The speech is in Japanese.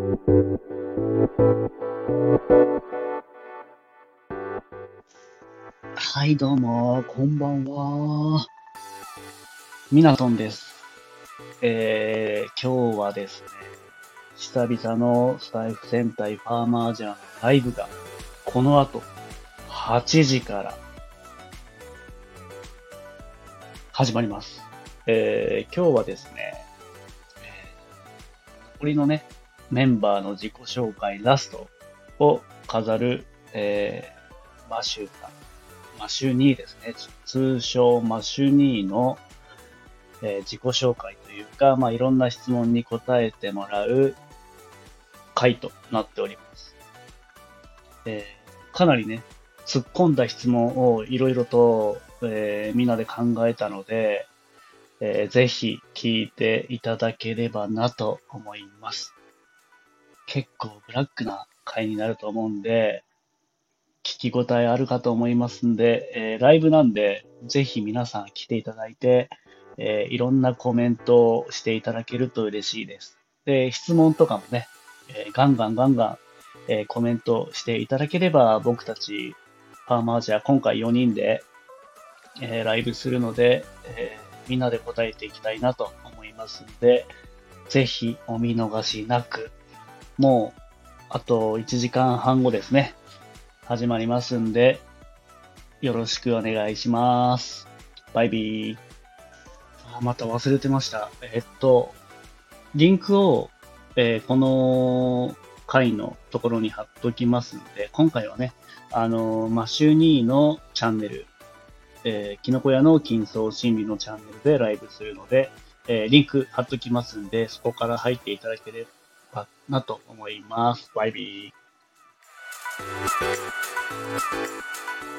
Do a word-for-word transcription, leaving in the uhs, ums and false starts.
はい、どうも、こんばんは。ミナトンです。えー、今日はですね、久々のスタイフ戦隊ファーマージャーのライブが、この後、はちじから始まります。えー、今日はですね、残りのね、メンバーの自己紹介ラストを飾る、えー、マシューさん、マシュニーですね。通称マシュニーの、えー自己紹介というか、まあ、いろんな質問に答えてもらう回となっております。えーかなりね、突っ込んだ質問をいろいろと、えーみんなで考えたので、えーぜひ聞いていただければなと思います。結構ブラックな回になると思うんで、聞き応えあるかと思いますんで、えーライブなんで、ぜひ皆さん来ていただいて、えーいろんなコメントをしていただけると嬉しいです。で、質問とかもね、えーガンガンガンガン、えーコメントしていただければ、僕たち、ファーマージャー、今回よにんで、えーライブするので、えーみんなで答えていきたいなと思いますので、ぜひお見逃しなく、もう、あといちじかんはんごですね。始まりますんで、よろしくお願いします。バイビー。あ、また忘れてました。えっと、リンクを、えーこの回のところに貼っときますので、今回はね、あの、マシュニーのチャンネル、えー、キノコ屋の金層心理のチャンネルでライブするので、えーリンク貼っときますんで、そこから入っていただければなと思います。バイビー。